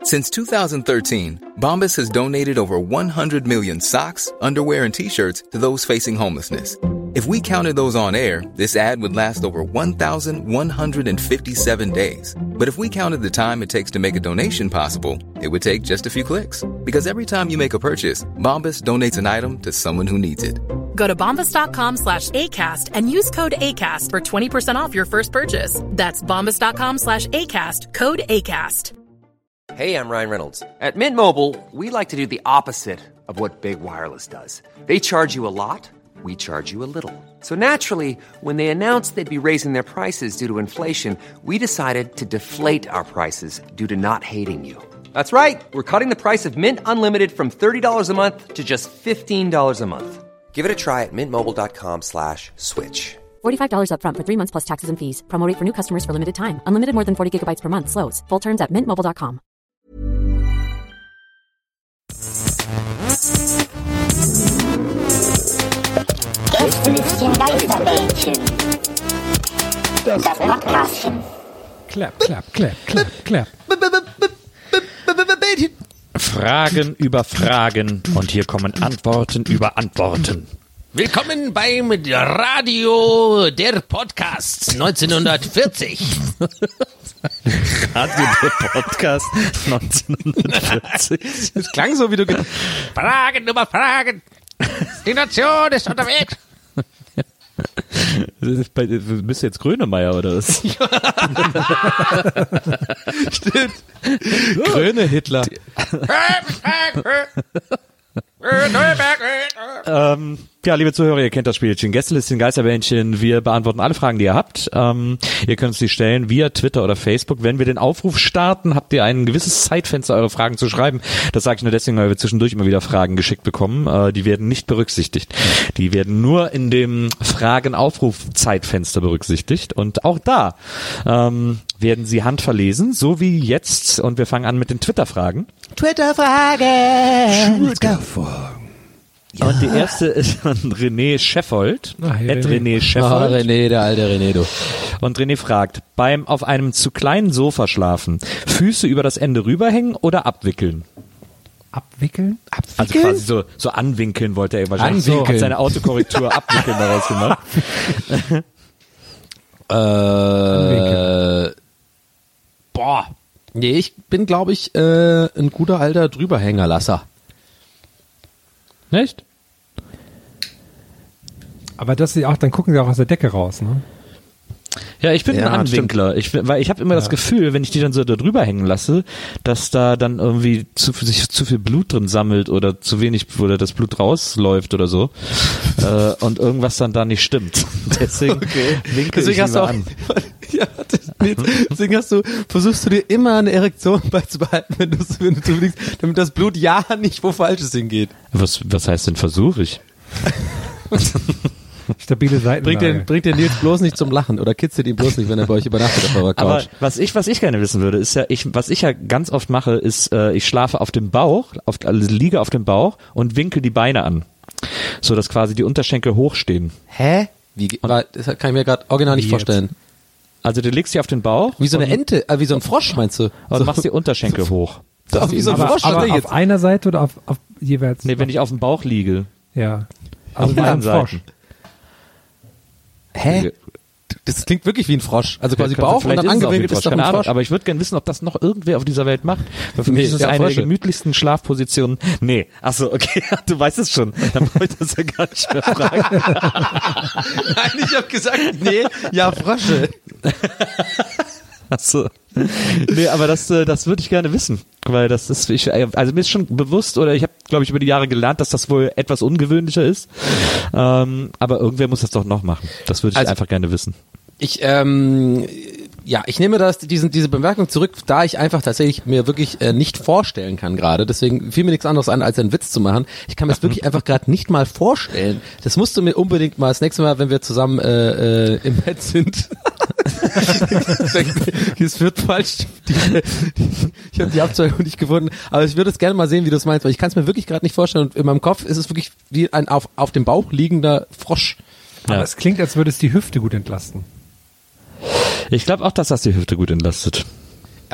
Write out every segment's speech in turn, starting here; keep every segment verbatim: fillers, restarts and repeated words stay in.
Since two thousand thirteen, Bombas has donated over one hundred million socks, underwear, and T-shirts to those facing homelessness. If we counted those on air, this ad would last over one thousand one hundred fifty-seven days. But if we counted the time it takes to make a donation possible, it would take just a few clicks. Because every time you make a purchase, Bombas donates an item to someone who needs it. Go to bombas.com slash ACAST and use code ACAST for twenty percent off your first purchase. That's bombas.com slash ACAST, code ACAST. Hey, I'm Ryan Reynolds. At Mint Mobile, we like to do the opposite of what Big Wireless does. They charge you a lot, we charge you a little. So naturally, when they announced they'd be raising their prices due to inflation, we decided to deflate our prices due to not hating you. That's right. We're cutting the price of Mint Unlimited from thirty dollars a month to just fifteen dollars a month. Give it a try at mintmobile.com slash switch. forty-five dollars up front for three months plus taxes and fees. Promo rate for new customers for limited time. Unlimited more than forty gigabytes per month. Slows full terms at mint mobile dot com. Gästelistchen Geisterbällchen. Das Podcastchen. Klapp, klapp, klapp, klapp, klapp. Fragen über Fragen und hier kommen Antworten über Antworten. Willkommen beim Radio der Podcasts neunzehnhundertvierzig. Radio der Podcast neunzehnhundertvierzig. Es klang so, wie du... Ge- Fragen über Fragen. Die Nation ist unterwegs. Bist du jetzt Grönemeyer oder was? Stimmt. Gröne Hitler. ähm, ja, liebe Zuhörer, ihr kennt das Spielchen. Gästelistchen, Geisterbähnchen. Wir beantworten alle Fragen, die ihr habt. Ähm, ihr könnt sie stellen via Twitter oder Facebook. Wenn wir den Aufruf starten, habt ihr ein gewisses Zeitfenster, eure Fragen zu schreiben. Das sage ich nur deswegen, weil wir zwischendurch immer wieder Fragen geschickt bekommen. Äh, die werden nicht berücksichtigt. Die werden nur in dem Fragen-Aufruf-Zeitfenster berücksichtigt. Und auch da ähm, werden sie handverlesen, so wie jetzt. Und wir fangen an mit den Twitter-Fragen. Twitter-Fragen. Twitter-Fragen. Ja. Und die erste ist von René Scheffold. Ach, hey, René. René Ach, Scheffold. René, der alte René, du. Und René fragt, beim auf einem zu kleinen Sofa schlafen, Füße über das Ende rüberhängen oder abwickeln? Abwickeln? Abwickeln? Also quasi so, so anwinkeln wollte er wahrscheinlich. Anwinkeln. Hat seine Autokorrektur abwickeln daraus gemacht. äh, boah. Nee, ich bin, glaube ich, äh, ein guter alter Drüberhängerlasser. Nicht? Aber das ist auch, dann gucken sie auch aus der Decke raus, ne? Ja, ich bin Ja, ein Anwinkler. Ich, weil ich habe immer Ja. das Gefühl, wenn ich die dann so da drüber hängen lasse, dass da dann irgendwie zu, sich zu viel Blut drin sammelt oder zu wenig, oder das Blut rausläuft oder so. äh, und irgendwas dann da nicht stimmt. Deswegen Okay. winkel Deswegen ich hast du lieber auch, an. ja, deswegen hast du, versuchst du dir immer eine Erektion beizubehalten, wenn du, wenn du fliegst, damit das Blut ja nicht wo Falsches hingeht. Was, was heißt denn versuche ich? Stabile Seitenlage. Bringt den, bringt den Nils bloß nicht zum Lachen oder kitzelt ihn bloß nicht, wenn er bei euch übernachtet auf eurer Couch. Aber was ich, was ich gerne wissen würde, ist ja, ich, was ich ja ganz oft mache, ist, äh, ich schlafe auf dem Bauch, auf, also liege auf dem Bauch und winkel die Beine an, so dass quasi die Unterschenkel hochstehen. Hä? Wie, weil, das kann ich mir gerade original nicht Wie vorstellen. Also du legst sie auf den Bauch. Wie so eine und, Ente, äh, wie so ein Frosch, meinst du? und So, machst die Unterschenkel hoch. so, wie so ein aber, Frosch, aber was der auf jetzt. einer Seite oder auf, auf jeweils? Nee, wenn ich auf dem Bauch liege. Ja. Auf wie beiden ein Frosch. Seiten. Hä? Das klingt wirklich wie ein Frosch. Also quasi Ja, Bauch und vielleicht dann ist es auch wie angewinkelt ein ist Frosch, doch ein keine Ahnung. Frosch. Aber ich würde gerne wissen, ob das noch irgendwer auf dieser Welt macht. Weil für Nee, mich ist das ja, eine Frösche. der gemütlichsten Schlafpositionen. Nee, achso, okay, du weißt es schon. Dann brauche ich das ja gar nicht mehr fragen. Nein, ich habe gesagt, nee, ja, Frösche. Achso. Nee, aber das, äh, das würde ich gerne wissen. Weil das ist, ich, also mir ist schon bewusst, oder ich habe, glaube ich, über die Jahre gelernt, dass das wohl etwas ungewöhnlicher ist. Ähm, aber irgendwer muss das doch noch machen. Das würde ich Also- einfach gerne wissen. Ich, ähm, ja, ich nehme das, diesen, diese Bemerkung zurück, da ich einfach tatsächlich mir wirklich äh, nicht vorstellen kann gerade. Deswegen fiel mir nichts anderes an, als einen Witz zu machen. Ich kann mir das wirklich einfach gerade nicht mal vorstellen. Das musst du mir unbedingt mal das nächste Mal, wenn wir zusammen äh, äh, im Bett sind. Es wird falsch. Die, die, ich habe die Abzweigung nicht gefunden. Aber ich würde es gerne mal sehen, wie du es meinst, weil ich kann es mir wirklich gerade nicht vorstellen. Und in meinem Kopf ist es wirklich wie ein auf, auf dem Bauch liegender Frosch. Aber es klingt, als würde es die Hüfte gut entlasten. Ich glaube auch, dass das die Hüfte gut entlastet.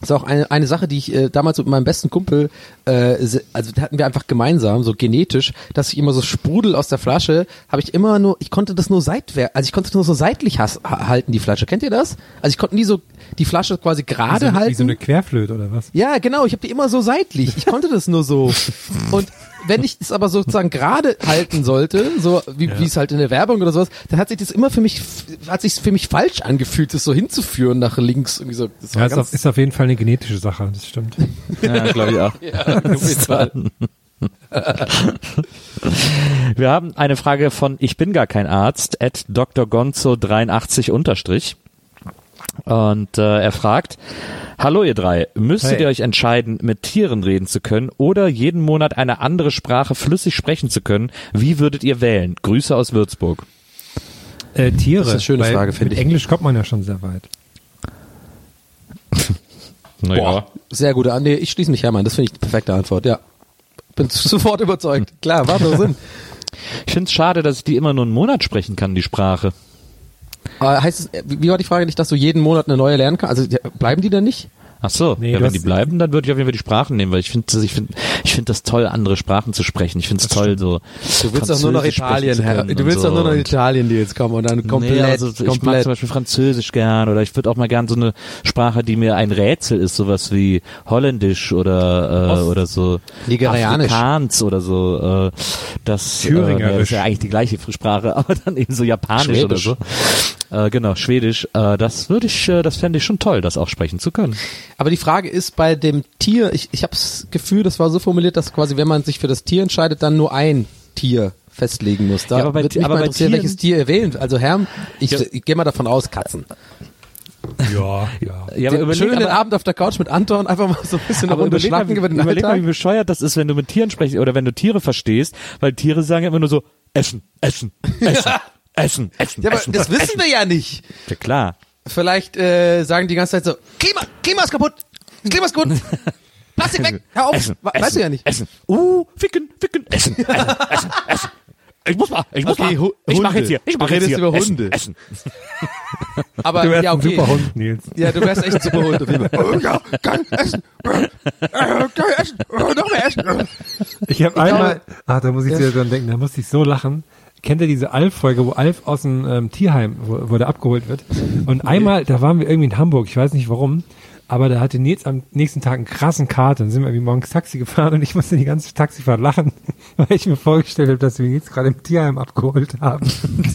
Das ist auch eine, eine Sache, die ich äh, damals mit meinem besten Kumpel, äh, also da hatten wir einfach gemeinsam, so genetisch, dass ich immer so Sprudel aus der Flasche, habe ich immer nur, ich konnte das nur seitwärts, also ich konnte das nur so seitlich has, halten, die Flasche. Kennt ihr das? Also ich konnte nie so die Flasche quasi gerade wie so, halten. Wie so eine Querflöte oder was? Ja, genau, ich habe die immer so seitlich. Ich konnte das nur so. Und wenn ich es aber sozusagen gerade halten sollte, so wie ja. wie es halt in der Werbung oder sowas, dann hat sich das immer für mich, hat sich für mich falsch angefühlt, das so hinzuführen nach links. Irgendwie so. Das war ja, ganz ist, auf, ist auf jeden Fall eine genetische Sache, das stimmt. Ja, glaube ich auch. Ja, auf jeden Fall. Wir haben eine Frage von Ich bin gar kein Arzt, at Doktor Gonzo dreiundachtzig unterstrich. Und äh, er fragt, hallo ihr drei, müsstet hey. ihr euch entscheiden, mit Tieren reden zu können oder jeden Monat eine andere Sprache flüssig sprechen zu können, wie würdet ihr wählen? Grüße aus Würzburg. Äh, Tiere. Das ist eine schöne weil Frage, finde mit ich. Englisch kommt man ja schon sehr weit. Naja. Sehr gute Antwort. Nee, ich schließe mich Hermann, das finde ich die perfekte Antwort, ja. Bin sofort überzeugt. Klar, macht doch Sinn. Ich finde es schade, dass ich die immer nur einen Monat sprechen kann, die Sprache. Aber heißt es, wie war die Frage nicht, dass du jeden Monat eine neue lernen kannst? Also bleiben die dann nicht? Ach so, Nee, ja, du wenn die hast- bleiben, dann würde ich auf jeden Fall die Sprachen nehmen, weil ich finde ich finde ich finde das toll, andere Sprachen zu sprechen. Ich finde es toll, so Du willst doch nur nach Französisch Italien, sprechen zu Herr. können Du und willst so. doch nur nach Und- Italien, die jetzt kommen und dann komplett, Nee, also ich mag komplett. zum Beispiel Französisch gern oder ich würde auch mal gern so eine Sprache, die mir ein Rätsel ist, sowas wie Holländisch oder äh, oder so Nigerianisch. Afrikaans oder so. Äh, das, äh, Thüringerisch. ja, das ist ja eigentlich die gleiche Sprache, aber dann eben so Japanisch oder Schwedisch. so. Äh, genau, Schwedisch. Äh, das würde ich, äh, das fände ich schon toll, das auch sprechen zu können. Aber die Frage ist bei dem Tier, ich, ich habe das Gefühl, das war so formuliert, dass quasi, wenn man sich für das Tier entscheidet, dann nur ein Tier festlegen muss. Da Ja, aber bei- würde mich aber mal bei interessieren, Tieren- welches Tier ihr wählen. Also Herr, ich, Ja. ich gehe mal davon aus, Katzen. Ja, ja. Ja, Den überleg- schönen aber- Abend auf der Couch mit Anton, einfach mal so ein bisschen eine Aber Runde überleg mal, schnacken über den überleg mal, wie Alltag. bescheuert das ist, wenn du mit Tieren sprichst oder wenn du Tiere verstehst, weil Tiere sagen ja immer nur so, essen, essen, essen, essen, essen, Ja, aber essen. das wissen wir ja nicht. Ja, klar. Vielleicht äh, sagen die ganze Zeit so, Klima, Klima ist kaputt, das Klima ist kaputt, Plastik weg, hör auf, Essen, We- essen, weißt du ja nicht. Essen. Uh, ficken, ficken, essen, essen, essen, essen. Ich muss mal, ich muss Okay, mal. Hu- Ich mach Hunde. jetzt hier, ich mach Du jetzt redest hier. über essen, Hunde. Essen. Aber Du wärst ja, ein okay. super Hund, Nils. Ja, du wärst echt ein super Hund auf jeden Fall. Oh, ja, kann essen. Äh, kann essen. Äh, noch mehr essen. Ich habe Ich einmal, glaube- ah, da muss ich wieder dran denken, da musste ich so lachen. Kennt ihr diese Alf-Folge, wo Alf aus dem ähm, Tierheim, wo, wo der abgeholt wird? Und einmal, da waren wir irgendwie in Hamburg, ich weiß nicht warum, aber da hatte Nils am nächsten Tag einen krassen Kater. Dann sind wir irgendwie morgens Taxi gefahren und ich musste die ganze Taxifahrt lachen, weil ich mir vorgestellt habe, dass wir ihn jetzt gerade im Tierheim abgeholt haben.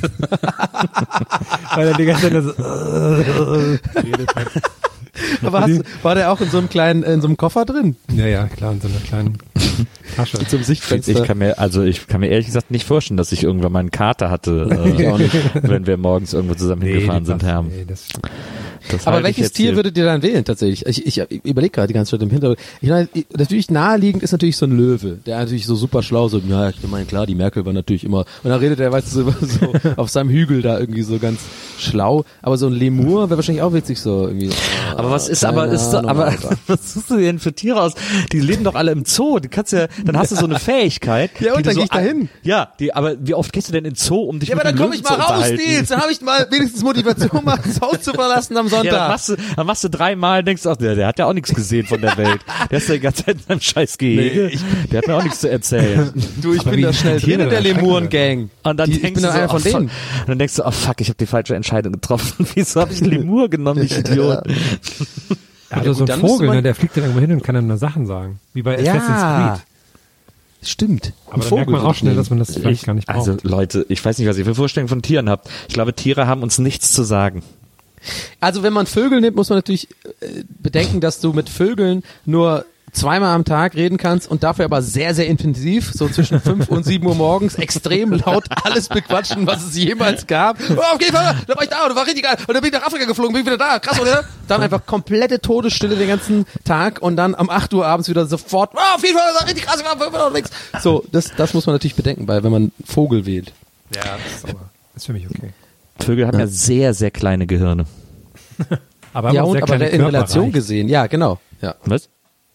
Weil er die ganze Zeit nur so äh, redet hat. Aber hast, du- war der auch in so einem kleinen, in so einem Koffer drin? Ja, ja, klar, in so einer kleinen Tasche. Zum Sichtfenster. Ich kann mir, also ich kann mir ehrlich gesagt nicht vorstellen, dass ich irgendwann mal einen Kater hatte, äh, wenn wir morgens irgendwo zusammen hingefahren die sind, passt- Herr. nee, das, Das Aber halte ich welches jetzt Tier hier- würdet ihr dann wählen tatsächlich? Ich, ich, ich überlege gerade die ganze Zeit im Hintergrund. Ich meine, ich- natürlich naheliegend ist natürlich so ein Löwe, der natürlich so super schlau so, ja, ich meine, klar, die Merkel war natürlich immer, und dann redet er, weißt du, so, so auf seinem Hügel da irgendwie so ganz schlau, aber so ein Lemur wäre wahrscheinlich auch witzig so irgendwie. Aber was ist, keine aber ist doch, Ahnung, aber Alter. was suchst du denn für Tiere aus? Die leben doch alle im Zoo. Die kannst ja, dann hast du so eine Fähigkeit. Ja, und die du dann so geh ich da an- hin. Ja, die, aber wie oft gehst du denn ins Zoo, um dich Ja, mit aber dann dem komme Löwen ich mal zu raus, unterhalten? Nils, dann habe ich mal wenigstens Motivation, mal das Haus zu verlassen am Ja, dann Sonntag. machst du, dann machst du dreimal, denkst du, ach, der, der hat ja auch nichts gesehen von der Welt. Der ist ja die ganze Zeit in seinem scheiß Gehege. der hat mir auch nichts zu erzählen. Du, ich Aber bin wie da die schnell Tiere drin in der dann schrecken Lemuren-Gang. Und dann Die- ich denkst bin du dann so, einer von oh, fuck. denen. Und dann denkst du, oh fuck, ich habe die falsche Entscheidung getroffen. Wieso habe ich einen Lemur genommen, ich Idiot? also gut, so ein dann müsste Vogel, man- ne, der fliegt dann irgendwo hin und kann dann nur Sachen sagen. Wie bei Ja. Assassin's Creed. Stimmt. Aber da merkt man auch schnell, dass man das vielleicht gar nicht braucht. Also Leute, ich weiß nicht, was ihr für Vorstellungen von Tieren habt. Ich glaube, Tiere haben uns nichts zu sagen. Also wenn man Vögel nimmt, muss man natürlich äh, bedenken, dass du mit Vögeln nur zweimal am Tag reden kannst und dafür aber sehr, sehr intensiv, so zwischen fünf und sieben Uhr morgens, extrem laut alles bequatschen, was es jemals gab. Oh, auf jeden Fall, da war ich da und da war richtig geil und dann bin ich nach Afrika geflogen, bin ich wieder da, krass, oder? Dann einfach komplette Todesstille den ganzen Tag und dann um acht Uhr abends wieder sofort, oh, auf jeden Fall, das war richtig krass, ich war fünf Uhr unterwegs. So, das, das muss man natürlich bedenken, bei, wenn man Vogel wählt. Ja, das ist, aber, das ist für mich okay. Vögel haben ja, sehr, sehr kleine Gehirne. Aber, Ja, haben auch und sehr aber kleine in Körper Relation reicht. gesehen, ja, genau. Ja. Was?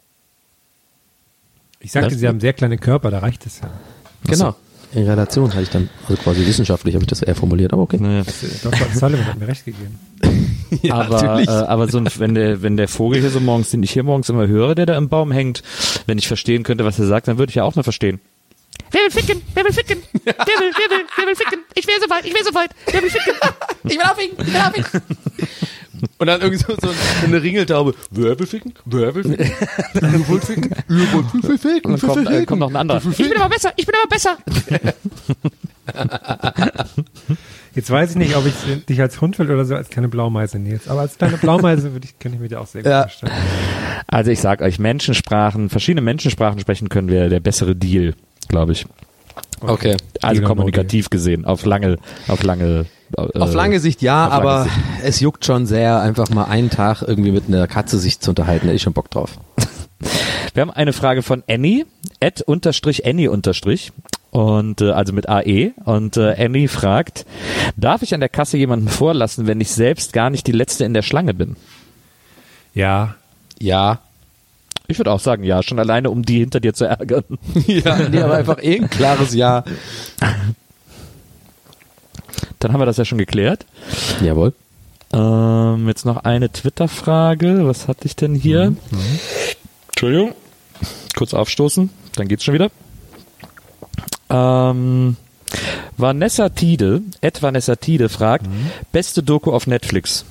Ich sagte, Was? sie haben sehr kleine Körper, da reicht es ja. Genau. In Relation hatte ich dann, also quasi wissenschaftlich habe ich das eher formuliert, aber okay. Naja. Doktor Sullivan hat mir recht gegeben. Ja, aber natürlich. äh, aber so ein, wenn der wenn der Vogel hier so morgens, den ich hier morgens immer höre, der da im Baum hängt, wenn ich verstehen könnte, was er sagt, dann würde ich ja auch nur verstehen. Wer will ficken? Wer will ficken? Wer will, wer will, wer will ficken? Ich wäre soweit, ich wäre soweit. Wer will ficken? Ich will aufficken, ich will aufficken. Und dann irgendwie so, so eine Ringeltaube. Wer will ficken? Wer will ficken? Ihr wollt ficken? Ihr wollt ficken? Und dann kommt, äh, kommt noch ein anderer. Ich bin aber besser, ich bin aber besser. Jetzt weiß ich nicht, ob ich dich als Hund will oder so als kleine Blaumeise, Nils. Aber als kleine Blaumeise würde ich, kann ich mir dir auch sehr gut Ja. vorstellen. Also ich sag euch, Menschensprachen, verschiedene Menschensprachen sprechen können, wäre der bessere Deal, glaube ich. Okay. Also Deal or no kommunikativ gesehen, auf lange, auf lange. Äh, Auf lange Sicht ja, auf lange aber Sicht. es juckt schon sehr, einfach mal einen Tag irgendwie mit einer Katze sich zu unterhalten. Da hätte ich schon Bock drauf. Wir haben eine Frage von Annie, Ed unterstrich Annie unterstrich. Und äh, also mit A E und äh, Annie fragt, darf ich an der Kasse jemanden vorlassen, wenn ich selbst gar nicht die Letzte in der Schlange bin? Ja. Ja. Ich würde auch sagen, ja, schon alleine, um die hinter dir zu ärgern. Ja, nee, aber einfach eh ein klares Ja. Dann haben wir das ja schon geklärt. Jawohl. Ähm, jetzt noch eine Twitter-Frage. Was hatte ich denn hier? Mhm. Entschuldigung. Kurz aufstoßen, dann geht's schon wieder. Ähm, Vanessa Tide, Ed Vanessa Tide fragt, Mhm. beste Doku auf Netflix.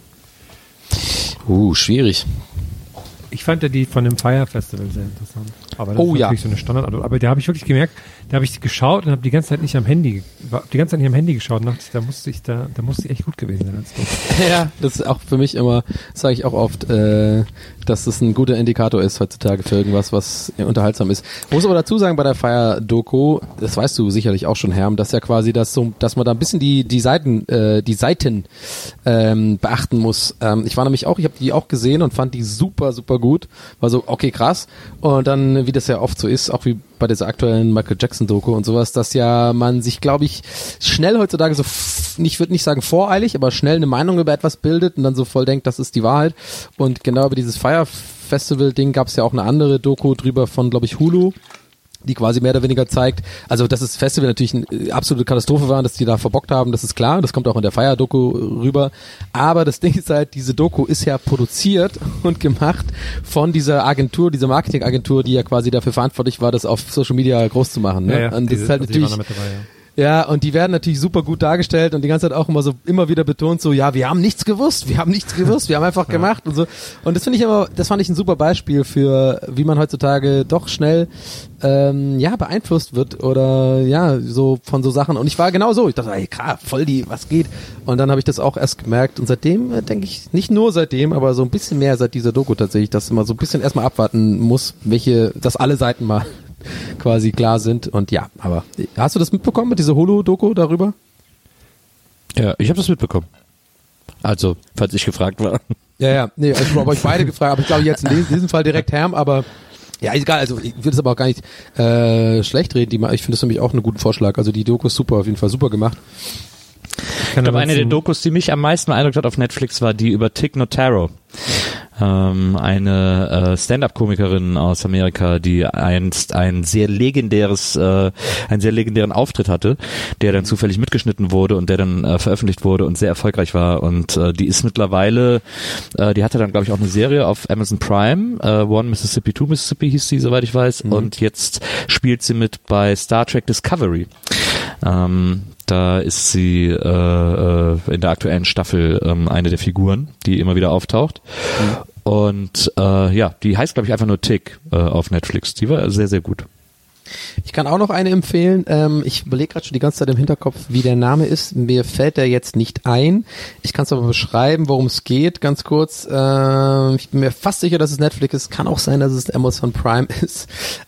Uh, schwierig. Ich fand ja die von dem Fire Festival sehr interessant. Aber das Oh, ist ja. natürlich so eine Standardantwort. Aber da habe ich wirklich gemerkt, da habe ich geschaut und habe die ganze Zeit nicht am Handy, war die ganze Zeit nicht am Handy geschaut und dachte, da musste ich da, da musste ich echt gut gewesen sein als Doku. Ja, das ist auch für mich immer, sage ich auch oft, äh, dass das ein guter Indikator ist heutzutage für irgendwas, was unterhaltsam ist. Muss aber dazu sagen, bei der Fire-Doku, das weißt du sicherlich auch schon, Herm, dass ja quasi das so, dass man da ein bisschen die die Seiten, äh, die Seiten ähm, beachten muss. Ähm, ich war nämlich auch, ich habe die auch gesehen und fand die super, super gut. War so, okay, krass. Und dann, wie das ja oft so ist, auch wie bei dieser aktuellen Michael Jackson-Doku und sowas, dass ja man sich, glaube ich, schnell heutzutage so, f- ich würde nicht sagen voreilig, aber schnell eine Meinung über etwas bildet und dann so voll denkt, das ist die Wahrheit. Und genau über dieses Fire Festival-Ding gab es ja auch eine andere Doku drüber von, glaube ich, Hulu, die quasi mehr oder weniger zeigt, also dass das Festival natürlich eine äh, absolute Katastrophe war, dass die da verbockt haben, das ist klar, das kommt auch in der Fire-Doku rüber, aber das Ding ist halt, diese Doku ist ja produziert und gemacht von dieser Agentur, dieser Marketingagentur, die ja quasi dafür verantwortlich war, das auf Social Media groß zu machen. Ne? Ja, ja, und das diese- ist halt also die waren natürlich... da mit dabei, ja. Ja, und die werden natürlich super gut dargestellt und die ganze Zeit auch immer so, immer wieder betont so, ja, wir haben nichts gewusst, wir haben nichts gewusst, wir haben einfach gemacht und so. Und das finde ich immer, das fand ich ein super Beispiel für, wie man heutzutage doch schnell, ähm, ja, beeinflusst wird oder, ja, so von so Sachen. Und ich war genau so, ich dachte, ey, krass, voll die, was geht? Und dann habe ich das auch erst gemerkt und seitdem äh, denke ich, nicht nur seitdem, aber so ein bisschen mehr seit dieser Doku tatsächlich, dass man so ein bisschen erstmal abwarten muss, welche, dass alle Seiten mal quasi klar sind und ja, aber hast du das mitbekommen mit dieser Holo-Doku darüber? Ja, ich habe das mitbekommen. Also, falls ich gefragt war. Ja, ja, nee, also ich habe euch beide gefragt, aber ich glaube jetzt in diesem Fall direkt Herm, aber ja, ist egal, also ich würde es aber auch gar nicht äh, schlecht reden, die, ich finde das nämlich auch einen guten Vorschlag, also die Doku ist super, auf jeden Fall super gemacht. Ich glaube, eine der Dokus, die mich am meisten beeindruckt hat auf Netflix, war die über Tig Notaro. Ähm, eine äh, Stand-up-Komikerin aus Amerika, die einst ein sehr legendäres, äh, einen sehr legendären Auftritt hatte, der dann zufällig mitgeschnitten wurde und der dann äh, veröffentlicht wurde und sehr erfolgreich war. Und äh, die ist mittlerweile, äh, die hatte dann, glaube ich, auch eine Serie auf Amazon Prime, äh, One Mississippi, Two Mississippi hieß sie, soweit ich weiß. Mhm. Und jetzt spielt sie mit bei Star Trek Discovery. Ähm, da ist sie äh, äh, in der aktuellen Staffel ähm, eine der Figuren, die immer wieder auftaucht. Mhm. Und äh, ja, die heißt, glaube ich, einfach nur Tick äh, auf Netflix. Die war sehr, sehr gut. Ich kann auch noch eine empfehlen. Ähm, ich überlege gerade schon die ganze Zeit im Hinterkopf, wie der Name ist. Mir fällt der jetzt nicht ein. Ich kann es aber beschreiben, worum es geht, ganz kurz. Ähm, ich bin mir fast sicher, dass es Netflix ist. Kann auch sein, dass es Amazon Prime ist.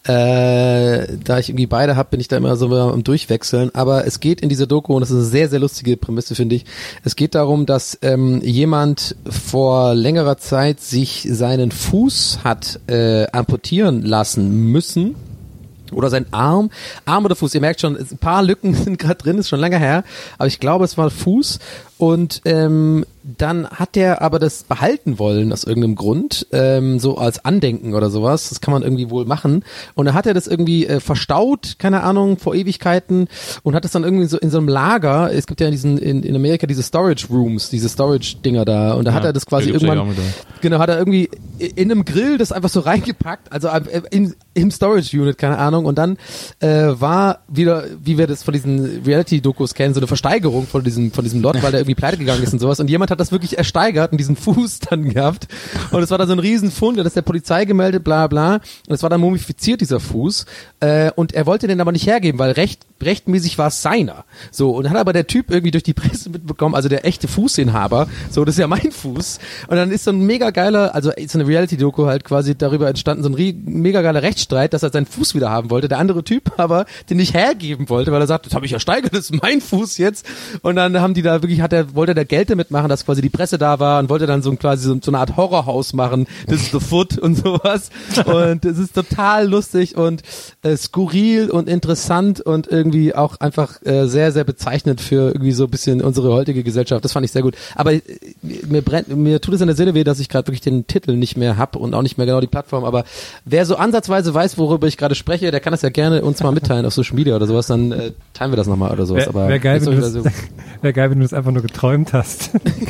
Äh, da ich irgendwie beide habe, bin ich da immer so am Durchwechseln. Aber es geht in dieser Doku, und das ist eine sehr, sehr lustige Prämisse, finde ich. Es geht darum, dass ähm, jemand vor längerer Zeit sich seinen Fuß hat äh, amputieren lassen müssen. Oder sein Arm, Arm oder Fuß, ihr merkt schon, ein paar Lücken sind gerade drin, ist schon lange her, aber ich glaube, es war Fuß und ähm, dann hat der aber das behalten wollen aus irgendeinem Grund, ähm, so als Andenken oder sowas. Das kann man irgendwie wohl machen. Und dann hat er das irgendwie äh, verstaut, keine Ahnung, vor Ewigkeiten und hat es dann irgendwie so in so einem Lager. Es gibt ja in diesen in, in Amerika diese Storage Rooms, diese Storage Dinger da. Und da ja, hat er das quasi irgendwann, genau, hat er irgendwie in einem Grill das einfach so reingepackt, also in, im Storage Unit, keine Ahnung. Und dann äh, war wieder, wie wir das von diesen Reality-Dokus kennen, so eine Versteigerung von diesem von diesem Lot, weil der irgendwie pleite gegangen ist und sowas. Und jemand hat das wirklich ersteigert und diesen Fuß dann gehabt. Und es war dann so ein Riesenfund, das ist der Polizei gemeldet, bla bla. Und es war dann mumifiziert, dieser Fuß. Äh, und er wollte den aber nicht hergeben, weil recht rechtmäßig war es seiner. So, und dann hat aber der Typ irgendwie durch die Presse mitbekommen, also der echte Fußinhaber, so, das ist ja mein Fuß. Und dann ist so ein mega geiler, also ist so eine Reality-Doku halt quasi darüber entstanden, so ein mega geiler Rechtsstreit, dass er seinen Fuß wieder haben wollte. Der andere Typ aber den nicht hergeben wollte, weil er sagt, das habe ich ersteigert, das ist mein Fuß jetzt. Und dann haben die da wirklich, hat er, wollte der Geld damit machen, dass quasi die Presse da war und wollte dann so ein, quasi so, so eine Art Horrorhaus machen. Das ist The Foot und sowas. Und es ist total lustig und äh, skurril und interessant und irgendwie auch einfach äh, sehr, sehr bezeichnend für irgendwie so ein bisschen unsere heutige Gesellschaft. Das fand ich sehr gut. Aber äh, mir brennt, mir tut es in der Seele weh, dass ich gerade wirklich den Titel nicht mehr hab und auch nicht mehr genau die Plattform. Aber wer so ansatzweise weiß, worüber ich gerade spreche, der kann das ja gerne uns mal mitteilen auf Social Media oder sowas. Dann äh, teilen wir das nochmal oder sowas. Wäre wär geil, wenn du das, so wär geil, wenn du das einfach nur geträumt hast.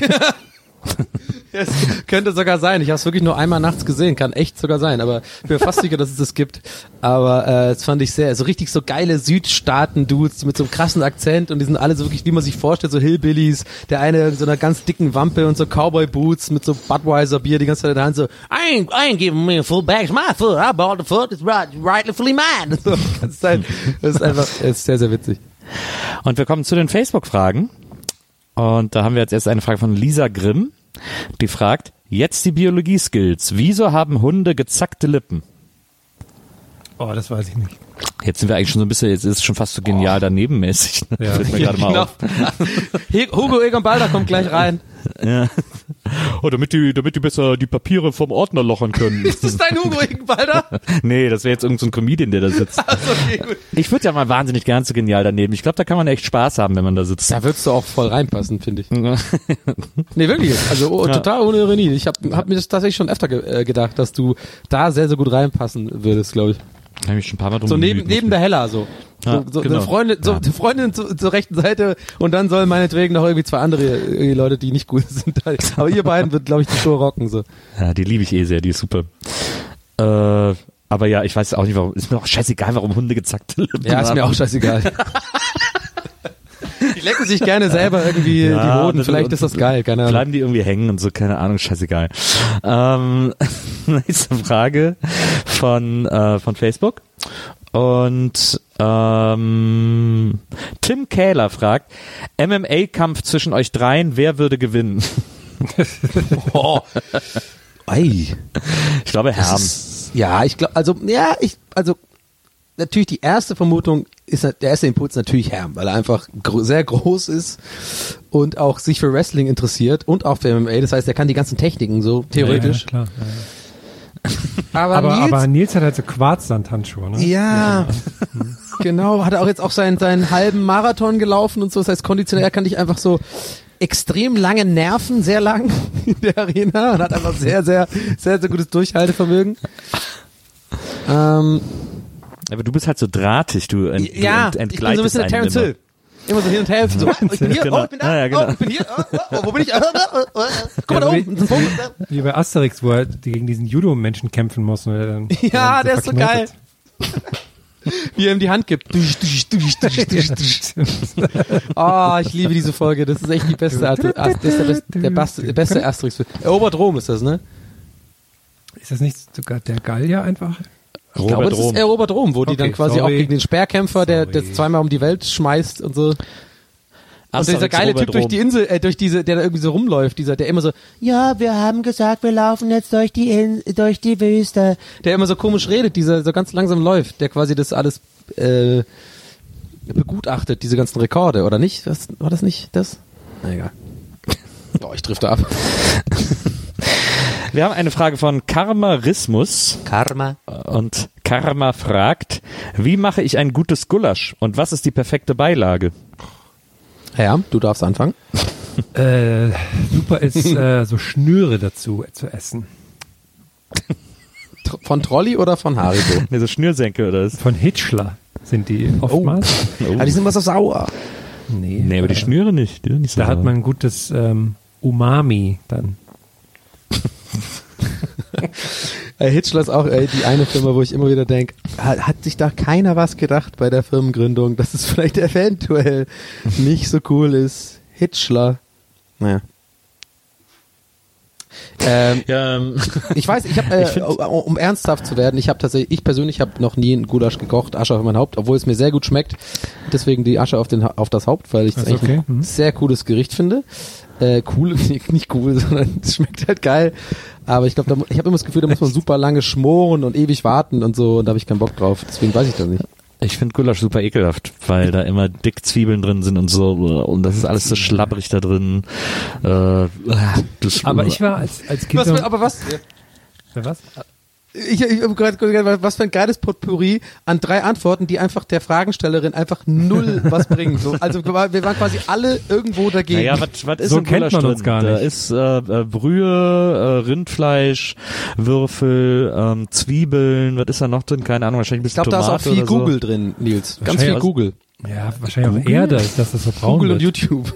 Es könnte sogar sein. Ich habe es wirklich nur einmal nachts gesehen. Kann echt sogar sein. Aber ich bin fast sicher, dass es das gibt. Aber äh, das fand ich sehr, so richtig so geile Südstaaten-Dudes mit so einem krassen Akzent und die sind alle so wirklich, wie man sich vorstellt, so Hillbillies. Der eine so einer ganz dicken Wampe und so Cowboy-Boots mit so Budweiser-Bier die ganze Zeit in der Hand so I ain't, I ain't giving me a full bag, it's my foot. I bought the foot, it's right, rightfully mine. So, die ganze Zeit. Das ist einfach, das ist sehr, sehr witzig. Und wir kommen zu den Facebook-Fragen. Und da haben wir jetzt erst eine Frage von Lisa Grimm, die fragt, jetzt die Biologie-Skills. Wieso haben Hunde gezackte Lippen? Oh, das weiß ich nicht. Jetzt sind wir eigentlich schon so ein bisschen, jetzt ist es schon fast so genial danebenmäßig. Ne? Ja. Fällt mir gerade mal Genau. auf. Hugo Egon Balder kommt gleich rein. Ja. Oh, damit die, damit die besser die Papiere vom Ordner lochern können. Ist das dein Hugo Egon Balder? Nee, das wäre jetzt irgendein so ein Comedian, der da sitzt. Also, okay, gut. Ich würde ja mal wahnsinnig gern so genial daneben. Ich glaube, da kann man echt Spaß haben, wenn man da sitzt. Da würdest du auch voll reinpassen, finde ich. Nee, wirklich. Also oh, Ja. total ohne Ironie. Ich habe hab mir das tatsächlich schon öfter ge äh, gedacht, dass du da sehr, sehr gut reinpassen würdest, glaube ich. Da habe ich schon ein paar Mal drum So neben, bemüht, neben der Hella so. Ja, so, so genau. eine Freundin, so Ja. eine Freundin zu, zur rechten Seite und dann sollen meinetwegen noch irgendwie zwei andere irgendwie Leute, die nicht gut sind. Aber ihr beiden wird, glaube ich, die Show rocken. So. Ja, die liebe ich eh sehr, die ist super. Äh, aber ja, ich weiß auch nicht, warum. Ist mir auch scheißegal, warum Hunde gezackte Lippen Ja, ist haben. mir auch scheißegal. Die lecken sich gerne selber irgendwie Ja, die Hoden. und- Vielleicht und- ist das geil, keine Ahnung. Bleiben die irgendwie hängen und so, keine Ahnung, scheißegal. Ähm, nächste Frage von, äh, von Facebook. Und ähm, Tim Kähler fragt, M M A-Kampf zwischen euch dreien, wer würde gewinnen? Oh. Ei. Ich glaube, Das Herm. ist- Ja, ich glaube, also, ja, ich, also, natürlich die erste Vermutung ist, der erste Impuls natürlich Herm, weil er einfach gro- sehr groß ist und auch sich für Wrestling interessiert und auch für M M A. Das heißt, er kann die ganzen Techniken so, theoretisch. Ja, klar. Ja, ja. Aber, Aber, Nils, aber Nils hat halt so Quarzsandhandschuhe, ne? ja, genau, hat er auch jetzt auch seinen, seinen halben Marathon gelaufen und so. Das heißt, konditionell kann ich einfach so extrem lange Nerven, sehr lang in der Arena und hat einfach sehr, sehr, sehr, sehr gutes Durchhaltevermögen. Ähm, Aber du bist halt so drahtig, du, ent, ja, du ent, ich bin so ein bisschen der einen Terence immer. Hill. Immer so hin und her. So, oh, ich bin hier, Genau. oh, ich bin da, Ja, ja, genau. oh, ich bin hier, oh, oh, wo bin ich? Oh, oh, oh, oh. Guck mal da Ja, oben, ein Punkt. Wie bei Asterix, wo er gegen diesen Judo-Menschen kämpfen muss. Und er dann, Ja, der dann ist so geil. Wie er ihm die Hand gibt. Dusch, dusch, dusch, dusch, dusch, dusch. Oh, ich liebe diese Folge. Das ist echt die beste Art. Das ist der beste, der beste, beste Asterix. Erobert Rom ist das, ne? Ist das nicht sogar der Gallier einfach? Ich glaube, das ist Erobert Rom, wo die Okay, dann quasi sorry. auch gegen den Speerkämpfer, der Sorry. das zweimal um die Welt schmeißt und so. Und Asterix, dieser geile Robert Typ durch Rom. die Insel, äh, durch diese, der da irgendwie so rumläuft, dieser, der immer so, ja, wir haben gesagt, wir laufen jetzt durch die In durch die Wüste. Der immer so komisch redet, dieser so ganz langsam läuft, der quasi das alles äh, begutachtet, diese ganzen Rekorde, oder nicht? Was, war das nicht das? Na egal. Oh, ich drifte ab. Wir haben eine Frage von Karmarismus. Karma. Und Karma fragt, wie mache ich ein gutes Gulasch und was ist die perfekte Beilage? Ja, du darfst anfangen. Äh, super ist äh, so Schnüre dazu zu essen. Von Trolli oder von Haribo? Ne, so Schnürsenkel oder was? Von Hitchler sind die oftmals. Oh. Aber die sind was so sauer. Nee, Nee, aber die Schnüre nicht. Die sind nicht so da hat sauer. man ein gutes ähm, Umami dann. Äh, Hitchler ist auch ey, die eine Firma, wo ich immer wieder denke, hat, hat sich da keiner was gedacht bei der Firmengründung, dass es vielleicht eventuell nicht so cool ist. Hitchler. Naja. Ähm, Ja, ähm, ich weiß, ich habe, äh, um ernsthaft zu werden, ich habe tatsächlich, ich persönlich habe noch nie einen Gulasch gekocht, Asche auf mein Haupt, obwohl es mir sehr gut schmeckt. Deswegen die Asche auf, den, auf das Haupt, weil ich es Also eigentlich okay. ein Mhm. sehr cooles Gericht finde. Äh, cool, nicht cool, sondern es schmeckt halt geil. Aber ich glaube, ich habe immer das Gefühl, da muss man super lange schmoren und ewig warten und so, und da habe ich keinen Bock drauf. Deswegen weiß ich das nicht. ich finde Gulasch super ekelhaft, weil da immer dick Zwiebeln drin sind und so und das ist alles so schlabbrig da drin. Äh, das, Aber ich war als, als Kind... Was, noch- aber was? Für was? Ich, ich hab grad gesagt, was für ein geiles Potpourri an drei Antworten, die einfach der Fragenstellerin einfach null was bringen. So, also wir waren quasi alle irgendwo dagegen. Naja, was, was ist So im kennt Gulasch man drin? uns gar Da nicht. ist äh, äh, Brühe, äh, Rindfleisch, Würfel, ähm, Zwiebeln, was ist da noch drin? Keine Ahnung, wahrscheinlich ein Ich bisschen glaube, da ist Tomate auch viel oder so. Google drin, Nils. Ganz Wahrscheinlich viel aus- Google. Ja, wahrscheinlich auch Erde, dass das so braun Google wird. und YouTube.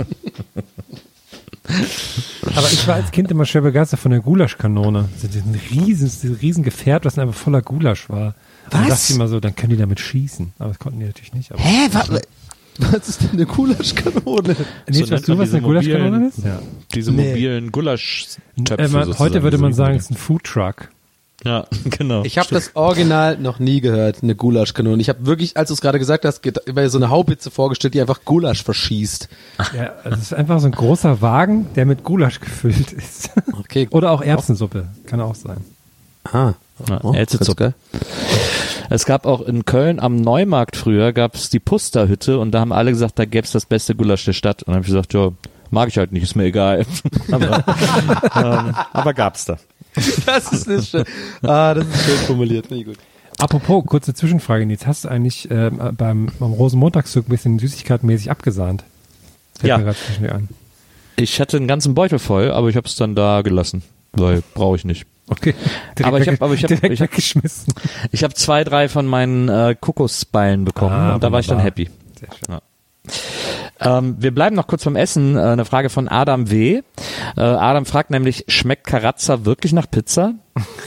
Aber ich war als Kind immer schwer begeistert von der Gulaschkanone. Also diesen riesen, dieses riesen Gefährt, was einfach voller Gulasch war. Was? Und dachte ich immer so, dann können die damit schießen. Aber das konnten die natürlich nicht. Aber Hä? Was, was ist denn eine Gulaschkanone? Nils, So weißt nennt du, man was diese eine Gulaschkanone mobilen- ist? Ja. Diese Nee. mobilen Gulaschtöpfe. Äh, man, sozusagen, heute würde so man wie- sagen, es ist ein Foodtruck. Ja, genau. Ich habe das Original noch nie gehört, eine Gulaschkanone. Ich habe wirklich, als du es gerade gesagt hast, get- über so eine Haubitze vorgestellt, die einfach Gulasch verschießt. Ja, also es ist einfach so ein großer Wagen, der mit Gulasch gefüllt ist. Okay. Oder auch Erbsensuppe. Kann auch sein. Ah. Ja, Oh, Elze-Suppe. ganz geil. Es gab auch in Köln am Neumarkt früher, gab es die Pusterhütte und da haben alle gesagt, da gäbe es das beste Gulasch der Stadt. Und dann habe ich gesagt, ja, mag ich halt nicht, ist mir egal. aber ähm, aber gab's da. Das ist nicht schön. Ah, das ist schön formuliert. Finde ich gut. Apropos, kurze Zwischenfrage, Nils. Hast du eigentlich äh, beim, beim Rosenmontagszug ein bisschen süßigkeitenmäßig abgesahnt? Fällt Ja. mir gerade zwischen dir an. Ich hatte einen ganzen Beutel voll, aber ich habe es dann da gelassen, weil brauche ich nicht. Okay. Direkt Aber ich hab- wegge- aber ich hab- direkt ich hab- weggeschmissen. Ich habe zwei, drei von meinen äh, Kokosballen bekommen Ah, und da war ich dann wunderbar. happy. Sehr schön. Ähm, wir bleiben noch kurz beim Essen. Äh, eine Frage von Adam W. Äh, Adam fragt nämlich, schmeckt Carazza wirklich nach Pizza?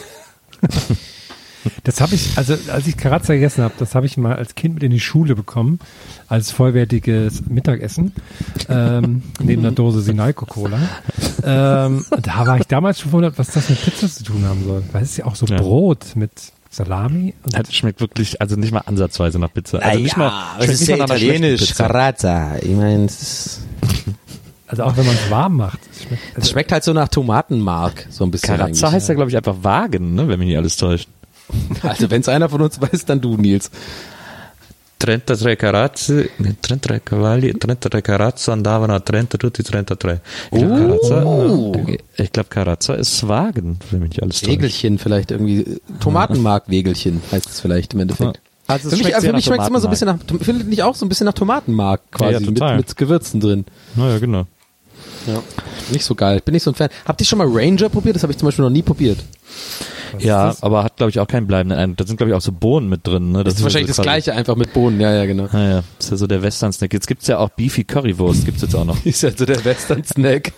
Das habe ich, also als ich Carazza gegessen habe, das habe ich mal als Kind mit in die Schule bekommen, als vollwertiges Mittagessen, ähm, neben einer Dose Sinalco-Cola. Ähm, da war ich damals schon verwundert, was das mit Pizza zu tun haben soll. Weil es ist ja auch so Ja. Brot mit Salami. Und Das schmeckt wirklich, also nicht mal ansatzweise nach Pizza. Also nicht mal, es schmeckt ist nicht ja mal nach einer schlechten italienisch, Pizza. Carazza. Ich meine, es ist- also auch wenn man es warm macht. Es schmeckt, es also, schmeckt halt so nach Tomatenmark, so ein bisschen. Carazza eigentlich. heißt ja, glaube ich, einfach Wagen, ne, wenn mich nicht alles täuscht. Also wenn es einer von uns weiß, dann du, Nils. trentatré Carazze, ne, trentatré Cavalli, trentatré Carazza andavano a trenta tutti trentatré. Ich glaube, Carazza, ich glaub, Carazza ist Wagen, wenn mich nicht alles täuscht. Wegelchen vielleicht irgendwie. Tomatenmark-Wegelchen heißt es vielleicht im Endeffekt. Also es für mich, schmeckt für sehr mich nach schmeckt es immer so ein bisschen nach, findet nicht auch so ein bisschen nach Tomatenmark quasi, Ja, ja, mit, total. mit Gewürzen drin. Naja, genau. Ja. Nicht so geil, bin nicht so ein Fan. Habt ihr schon mal Ranger probiert? Das habe ich zum Beispiel noch nie probiert. Ja, aber hat, glaube ich, auch keinen bleibenden Eindruck. Da sind, glaube ich, auch so Bohnen mit drin. Ne? Das ist wahrscheinlich das quasi- gleiche, einfach mit Bohnen. Ja, ja, genau. Naja, ist ja so der Western-Snack. Jetzt gibt's ja auch Beefy Currywurst, gibt's jetzt auch noch. Ist ja so der Western-Snack.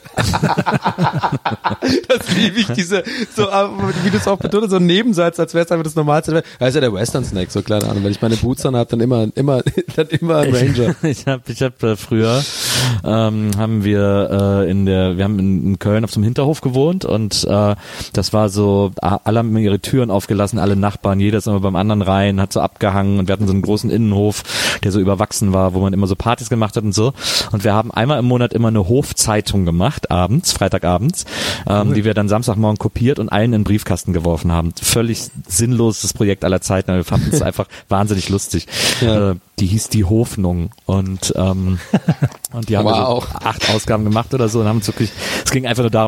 Das liebe ich, diese, so, äh, wie du es auch betonst, so ein Nebensatz, als wäre es einfach das Normalste. Das ist ja der Western-Snack, so kleine Ahnung. Wenn ich meine Boots dann habe, dann immer, immer, dann immer ein Ranger. Ich habe ich hab, äh, früher ähm, haben wir äh, in der, wir haben in, in Köln auf so einem Hinterhof gewohnt und äh, das war so, a- alle haben ihre Türen aufgelassen, alle Nachbarn, jeder ist immer beim anderen rein, hat so abgehangen und wir hatten so einen großen Innenhof, der so überwachsen war, wo man immer so Partys gemacht hat und so. Und wir haben einmal im Monat immer eine Hofzeitung gemacht, abends, Freitagabends, ähm, die wir dann Samstagmorgen kopiert und allen in den Briefkasten geworfen haben. Völlig sinnloses Projekt aller Zeiten, aber wir fanden es einfach wahnsinnig lustig. Ja. Äh, die hieß die Hoffnung und ähm, und die haben Wow. wir so acht Ausgaben gemacht oder so und haben uns wirklich, es ging einfach nur darum, sich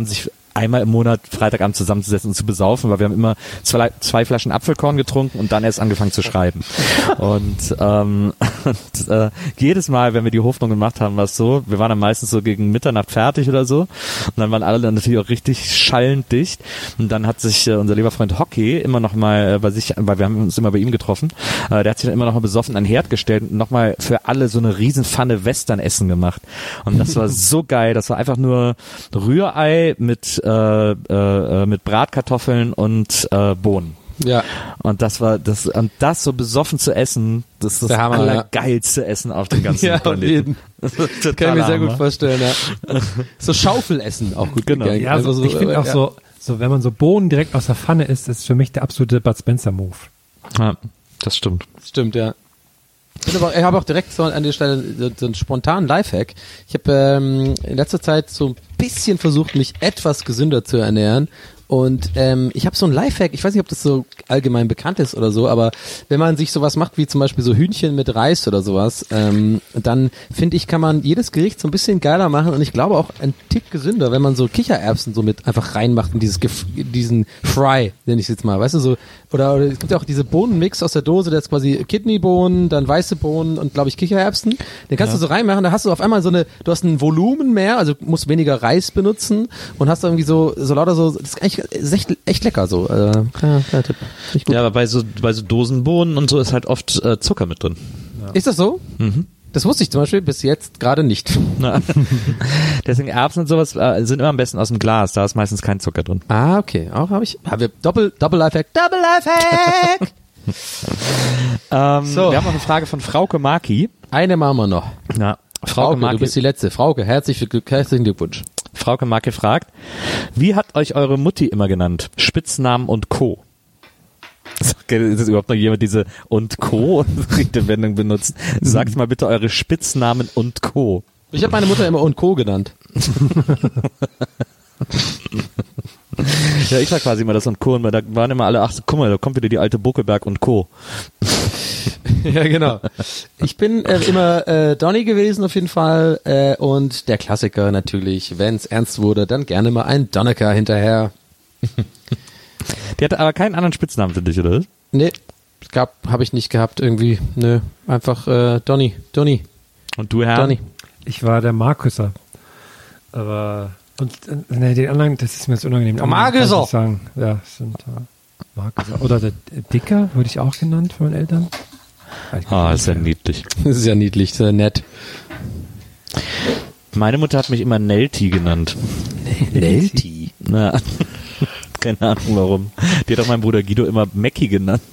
einmal im Monat Freitagabend zusammenzusetzen und zu besaufen, weil wir haben immer zwei, zwei Flaschen Apfelkorn getrunken und dann erst angefangen zu schreiben. Und, ähm, und äh, jedes Mal, wenn wir die Hofnung gemacht haben, war es so, wir waren dann meistens so gegen Mitternacht fertig oder so und dann waren alle dann natürlich auch richtig schallend dicht und dann hat sich äh, unser lieber Freund Hockey immer noch mal äh, bei sich, weil wir haben uns immer bei ihm getroffen, äh, der hat sich dann immer noch mal besoffen an den Herd gestellt und noch mal für alle so eine riesen Pfanne Western-Essen gemacht und das war so geil, das war einfach nur Rührei mit äh, äh, mit Bratkartoffeln und äh, Bohnen. Ja. Und das war das und das so besoffen zu essen, das ist das Hammer, allergeilste ja. Essen auf dem ganzen ja, Planeten. Das kann ich mir sehr gut vorstellen, ja. So Schaufelessen auch gut genau. Ja, so, so, ich finde auch ja. so, so, wenn man so Bohnen direkt aus der Pfanne isst, ist für mich der absolute Bud Spencer Move. Ja, das stimmt. Stimmt, ja. Ich, aber, ich habe auch direkt so an der Stelle so, so einen spontanen Lifehack. Ich habe ähm, in letzter Zeit so ein bisschen versucht, mich etwas gesünder zu ernähren. Und ähm, ich habe so ein Lifehack, ich weiß nicht, ob das so allgemein bekannt ist oder so, aber wenn man sich sowas macht wie zum Beispiel so Hühnchen mit Reis oder sowas, ähm, dann finde ich, kann man jedes Gericht so ein bisschen geiler machen und ich glaube auch ein Tick gesünder, wenn man so Kichererbsen so mit einfach reinmacht in dieses Gef- diesen Fry, nenne ich es jetzt mal, weißt du, so, oder, oder es gibt ja auch diese Bohnenmix aus der Dose, der ist quasi Kidneybohnen, dann weiße Bohnen und glaube ich Kichererbsen, den kannst ja. du so reinmachen, da hast du auf einmal so eine, du hast ein Volumen mehr, also musst weniger Reis benutzen und hast irgendwie so, so lauter so, das ist eigentlich ist echt, echt lecker so. Äh, ja, ja, Tipp. Gut. Ja, aber bei so, bei so Dosenbohnen und so ist halt oft äh, Zucker mit drin. Ja. Ist das so? Mhm. Das wusste ich zum Beispiel bis jetzt gerade nicht. Na. Deswegen Erbsen und sowas äh, sind immer am besten aus dem Glas, da ist meistens kein Zucker drin. Ah, okay. Auch habe ich. Haben wir Doppel, Doppel Lifehack, Double Lifehack! ähm, so. Wir haben noch eine Frage von Frauke Maki. Eine machen wir noch. Ja. Frauke, Frauke Maki, du bist die letzte. Frauke, herzlich, herzlichen Glückwunsch. Frauke Marke fragt, wie hat euch eure Mutti immer genannt? Spitznamen und Co. Ist das überhaupt noch jemand diese und Co. Redewendung benutzt? Sagt mal bitte eure Spitznamen und Co. Ich habe meine Mutter immer und Co. genannt. Ja, ich war quasi immer das und Co. Und da waren immer alle, ach, guck mal, da kommt wieder die alte Buckelberg und Co. Ja, genau. Ich bin äh, immer äh, Donny gewesen auf jeden Fall äh, und der Klassiker natürlich, wenn es ernst wurde, dann gerne mal ein Donnecker hinterher. Die hatte aber keinen anderen Spitznamen für dich, oder? Nee, gab, habe ich nicht gehabt irgendwie. Nö, einfach äh, Donny, Donny. Und du, Herr? Donny. Ich war der Markusser. Aber und äh, ne, den anderen, das ist mir jetzt unangenehm. Der Markusser. Sagen. Ja, sind äh, Markusser. Oder der Dicker wurde ich auch genannt von meinen Eltern. Ah, ist ja niedlich. Das ist ja niedlich, sehr nett. Meine Mutter hat mich immer Nelti genannt. Nelti? Na, keine Ahnung warum. Die hat auch meinen Bruder Guido immer Mackie genannt.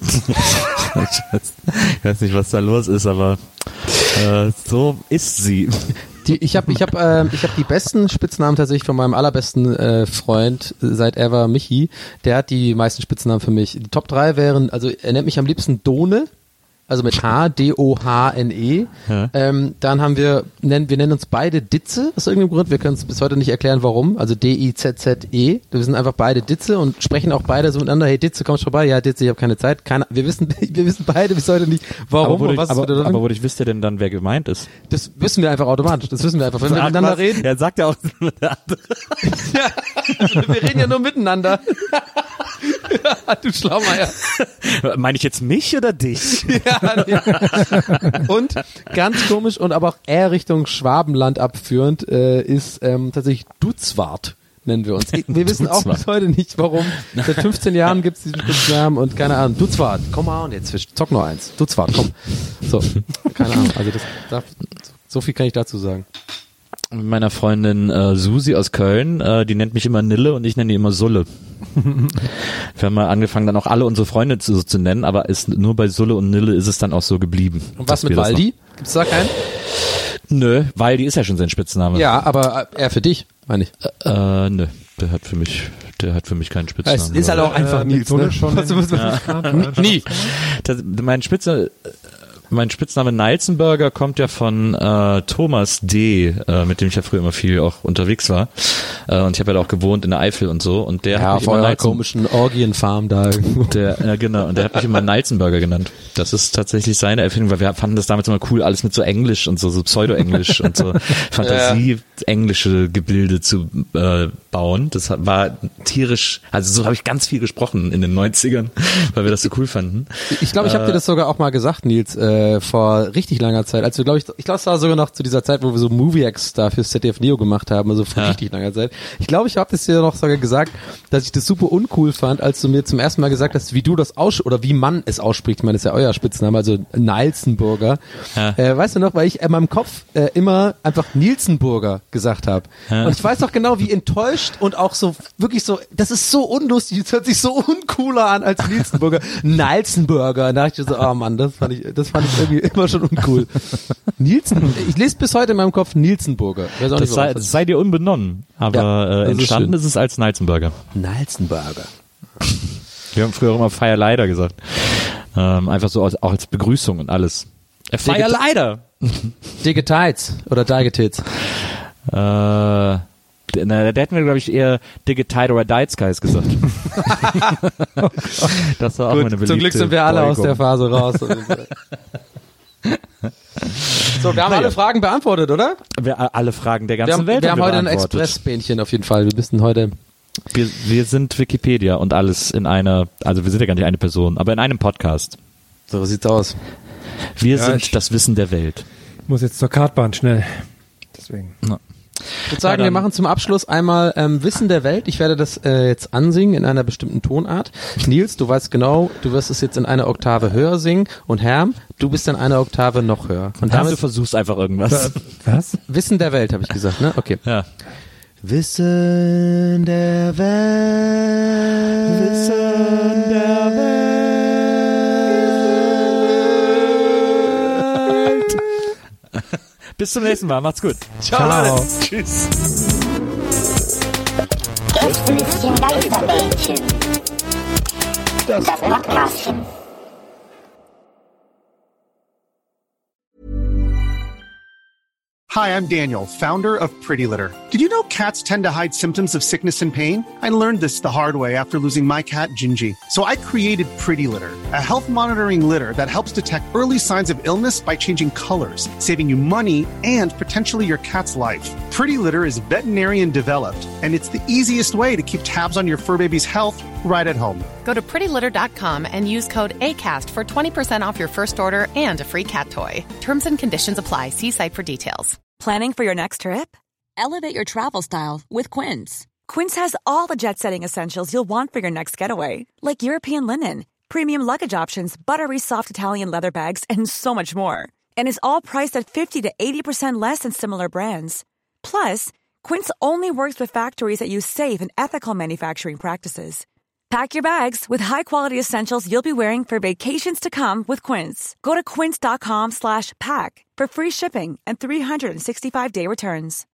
Ich weiß nicht, was da los ist, aber äh, so ist sie. Die, ich habe ich hab, äh, ich hab die besten Spitznamen tatsächlich von meinem allerbesten äh, Freund seit ever, Michi. Der hat die meisten Spitznamen für mich. Die Top drei wären, also er nennt mich am liebsten Done. Also mit H, D O H N E. Ja. Ähm, dann haben wir, nennen, wir nennen uns beide Ditze, aus irgendeinem Grund. Wir können es bis heute nicht erklären, warum. Also D I Z Z E. Wir sind einfach beide Ditze und sprechen auch beide so miteinander. Hey Ditze, kommst du vorbei? Ja, Ditze, ich habe keine Zeit. Keine, wir wissen, wir wissen beide bis heute nicht, warum aber und was aber, es bedeutet. Aber wodurch wisst ihr denn dann, wer gemeint ist? Das wissen wir einfach automatisch. Das wissen wir einfach. Wenn wir miteinander was? reden. Ja, sagt ja auch der andere. Ja, wir reden ja nur miteinander. Ja, du Schlaumeier. Meine ich jetzt mich oder dich? Ja, ja. Und ganz komisch und aber auch eher Richtung Schwabenland abführend äh, ist ähm, tatsächlich Dutzwart, nennen wir uns. Wir wissen auch bis heute nicht, warum. Seit fünfzehn Jahren gibt es diesen Spitznamen und keine Ahnung. Dutzwart, komm mal und jetzt zock noch eins. Dutzwart, komm. So, keine Ahnung. Also das darf, so viel kann ich dazu sagen. Mit meiner Freundin äh, Susi aus Köln, äh, die nennt mich immer Nille und ich nenne die immer Sulle. Wir haben mal angefangen, dann auch alle unsere Freunde zu, zu nennen, aber ist, nur bei Sulle und Nille ist es dann auch so geblieben. Und was mit Waldi? Gibt's da keinen? Nö, Waldi ist ja schon sein Spitzname. Ja, aber er für dich, meine ich. Äh, äh, nö, der hat für mich, der hat für mich keinen Spitznamen. Es ist halt auch einfach äh, Nils, ne? Schon was, was, ja. Nie. Das, mein Spitzname, mein Spitzname Nalzenburger kommt ja von äh, Thomas D., äh, mit dem ich ja früher immer viel auch unterwegs war. Äh, und ich habe ja da auch gewohnt in der Eifel und so. Und der ja, hat auf mich immer eurer Nalzen- komischen Orgienfarm da. Der, ja, genau. Und der hat mich immer Nalzenburger genannt. Das ist tatsächlich seine Erfindung, weil wir fanden das damals immer cool, alles mit so Englisch und so, so Pseudo-Englisch und so Fantasie-englische Gebilde zu äh, bauen. Das hat, war tierisch, also so habe ich ganz viel gesprochen in den neunzigern, weil wir das so cool fanden. Ich glaube, ich habe dir das sogar auch mal gesagt, Nils, äh, vor richtig langer Zeit. Als wir, glaube ich, ich glaube, es war sogar noch zu dieser Zeit, wo wir so Movie-X da fürs Z D F Neo gemacht haben, also vor Ja. richtig langer Zeit. Ich glaube, ich habe das dir noch sogar gesagt, dass ich das super uncool fand, als du mir zum ersten Mal gesagt hast, wie du das aussprichst, oder wie man es ausspricht. Ich meine, das ist ja euer Spitzname, also Nalzenburger. Ja. Äh, weißt du noch, weil ich in meinem Kopf äh, immer einfach Nielsenburger gesagt habe. Ja. Und ich weiß noch genau, wie enttäuscht und auch so, wirklich so, das ist so unlustig, das hört sich so uncooler an als Nielsenburger. Nalzenburger. Da dachte ich so, oh Mann, das fand ich, das fand ich irgendwie immer schon uncool. Nielsen, ich lese bis heute in meinem Kopf Nielsenburger. Weiß auch Das nicht, sei, warum. das sei dir unbenommen, aber Ja, äh, das ist entstanden schön. ist es als Nalzenburger. Nalzenburger. Wir haben früher auch immer Fire Leider gesagt. Ähm, einfach so als, auch als Begrüßung und alles. Äh, Fire Leider! Dicke Tights oder Dicke Tits. Äh, na, da hätten wir, glaube ich, eher Digitide oder Died Skies gesagt. Das war auch Gut, meine beliebte zum Glück sind wir alle Beugung. aus der Phase raus. So, wir haben Naja. alle Fragen beantwortet, oder? Wir, alle Fragen der Wir ganzen haben, Welt wir haben heute ein beantwortet. Expressbähnchen auf jeden Fall. Wir müssen heute. Wir, wir sind Wikipedia und alles in einer, also wir sind ja gar nicht eine Person, aber in einem Podcast. So sieht's aus. Wir Ja, sind ich- das Wissen der Welt. Muss jetzt zur Kartbahn schnell. Deswegen. Ich würde sagen, dann- wir machen zum Abschluss einmal ähm, Wissen der Welt. Ich werde das äh, jetzt ansingen in einer bestimmten Tonart. Nils, du weißt genau, du wirst es jetzt in einer Oktave höher singen. Und Herm, du bist in einer Oktave noch höher. Und Damit du damit versuchst einfach irgendwas. Was? Wissen der Welt, habe ich gesagt, ne? Okay. Ja. Wissen der Welt. Wissen der Welt. Bis zum nächsten Mal. Macht's gut. Ciao, Leute. Tschüss. Gästelistchen Geisterbällchen. Das Podcastchen. Hi, I'm Daniel, founder of Pretty Litter. Did you know cats tend to hide symptoms of sickness and pain? I learned this the hard way after losing my cat, Gingy. So I created Pretty Litter, a health monitoring litter that helps detect early signs of illness by changing colors, saving you money and potentially your cat's life. Pretty Litter is veterinarian developed, and it's the easiest way to keep tabs on your fur baby's health right at home. Go to pretty litter dot com and use code ACAST for twenty percent off your first order and a free cat toy. Terms and conditions apply. See site for details. Planning for your next trip? Elevate your travel style with Quince. Quince has all the jet-setting essentials you'll want for your next getaway, like European linen, premium luggage options, buttery soft Italian leather bags, and so much more. And is all priced at fifty to eighty percent less than similar brands. Plus, Quince only works with factories that use safe and ethical manufacturing practices. Pack your bags with high-quality essentials you'll be wearing for vacations to come with Quince. Go to quince dot com slash pack for free shipping and three sixty-five day returns.